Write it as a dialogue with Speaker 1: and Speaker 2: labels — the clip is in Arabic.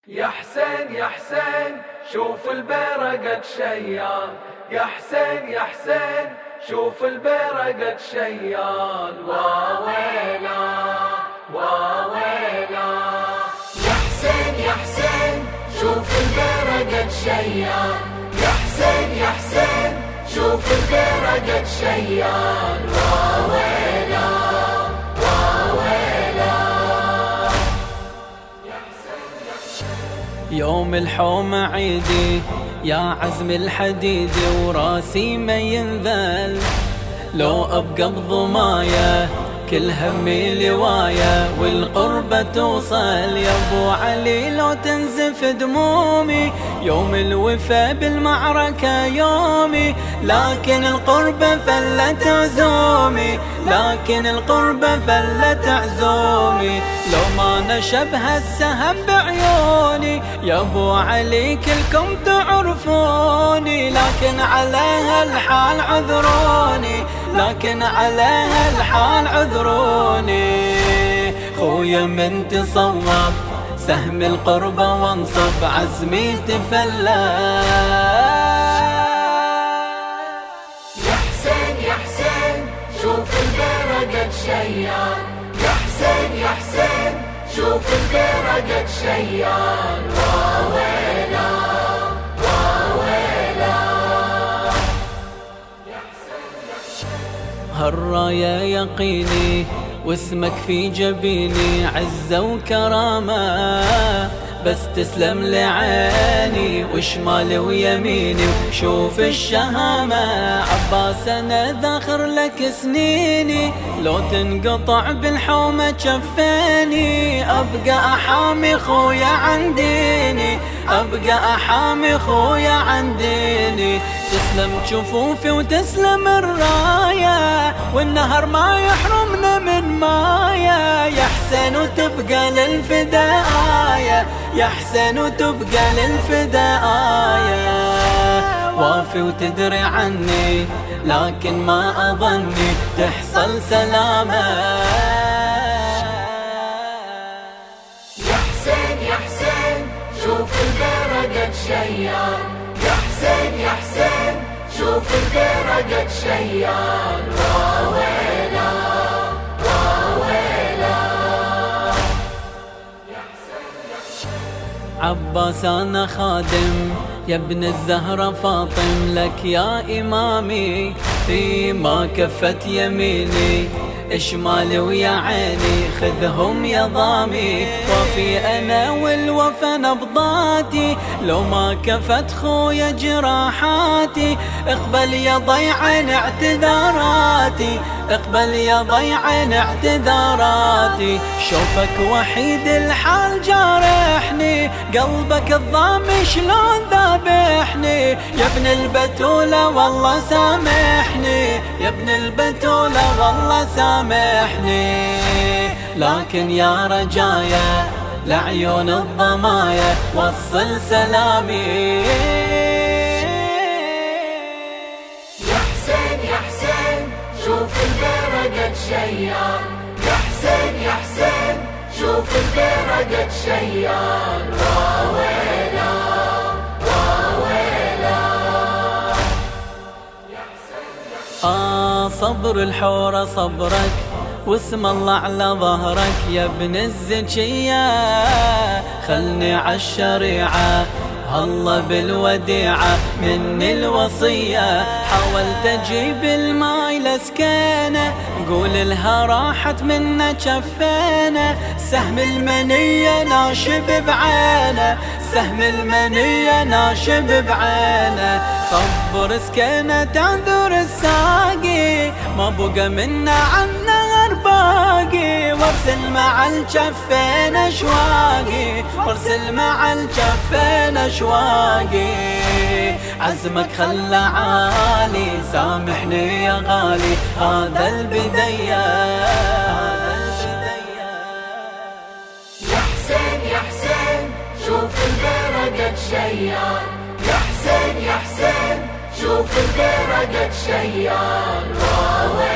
Speaker 1: يا حسين يا حسين شوف البيرقة شيال، يا حسين يا حسين شوف البيرقة شيال، واويلا واويلا.
Speaker 2: يا حسين يا حسين شوف البيرقة شيال، يا حسين يا حسين شوف البيرقة شيال، واويلا واويلا.
Speaker 3: يوم الحومة عيدي يا عزم الحديدي، وراسي ما ينذل لو أبقى بضمايا، كل همي لوايا والقربة توصل. يا ابو علي لو تنزف دمومي يوم الوفا بالمعركة يومي، لكن القربة فلت عزومي، لكن القربة فلت عزومي. لو ما نشبها السهم بعيوني يا ابو علي كلكم تعرفوني، لكن على هالحال عذروني، لكن على هالحال عذروني. خويا من تصوب سهم القربة وانصب عزمي تفلى.
Speaker 2: يا حسين يا حسين شوف البيرقة شيال، يا حسين يا حسين شوف البيرقة شيال، واويلا واويلا.
Speaker 3: هالراية يقيني واسمك في جبيني، عزة وكرامة بس تسلم لعيني، وشمالي ويميني وشوف الشهامة. عباس أنا ذاخر لك سنيني، لو تنقطع بالحومة جفيني، أبقى أحامي خويا عن ديني، أبقى أحامي خويا عن ديني. تسلم جفوفي وتسلم الراية، والنهر ما يحرمنا من مايا. يا حسين وتبقى للفداء آية، يا حسين وتبقى للفداء آية. وافي وتدري عني لكن ما أظني تحصل سلامة.
Speaker 2: يا حسين يا حسين شوف البيرقة شيال، يا حسين يا حسين شوف البيرقة شيال، واويلا واويلا.
Speaker 3: عباس أنا خادم يا ابن الزهرة فاطم، لك يا إمامي فيما كفت يميني، شمالي ويا عيني خذهم يا ضامي. وفي أنا والوفا نبضاتي، لو ما كفت خويا جراحاتي، اقبل يا ضيعين اعتذاراتي، اقبل يا ضيعين اعتذاراتي. شوفك وحيد الحال جارحني، قلبك الضامي شلون ذابحني. يا ابن البتولة والله سامحني، يا ابن البتولة والله سامحني. لكن يا رجايا لعيون الضمايا وصل سلامي.
Speaker 2: يا حسين يا حسين شوف البيرقة شيال، يا حسين يا حسين شوف البيرقة شيال، واويلا واويلا.
Speaker 3: صبر الحورة صبرك واسم الله على ظهرك، يا ابن الزكية خلني عالشريعة، الله بالوديعة من الوصية. حاولت اجيب الماي لسكينة، قول لها راحت منا جفينة. سهم المنية ناشب بعينه، سهم المنية ناشب بعينه. صبر سكينة تعذر الساقي، ما بقى منا عنا باقي. وارسل مع الجفين اشواقي، وارسل مع الجفين اشواقي. عزمك خلى عالي سامحني يا غالي، هذا البداية.
Speaker 2: يا حسين يا حسين شوف البيرقة شيال، يا حسين يا حسين شوف البيرقة شيال، واويلا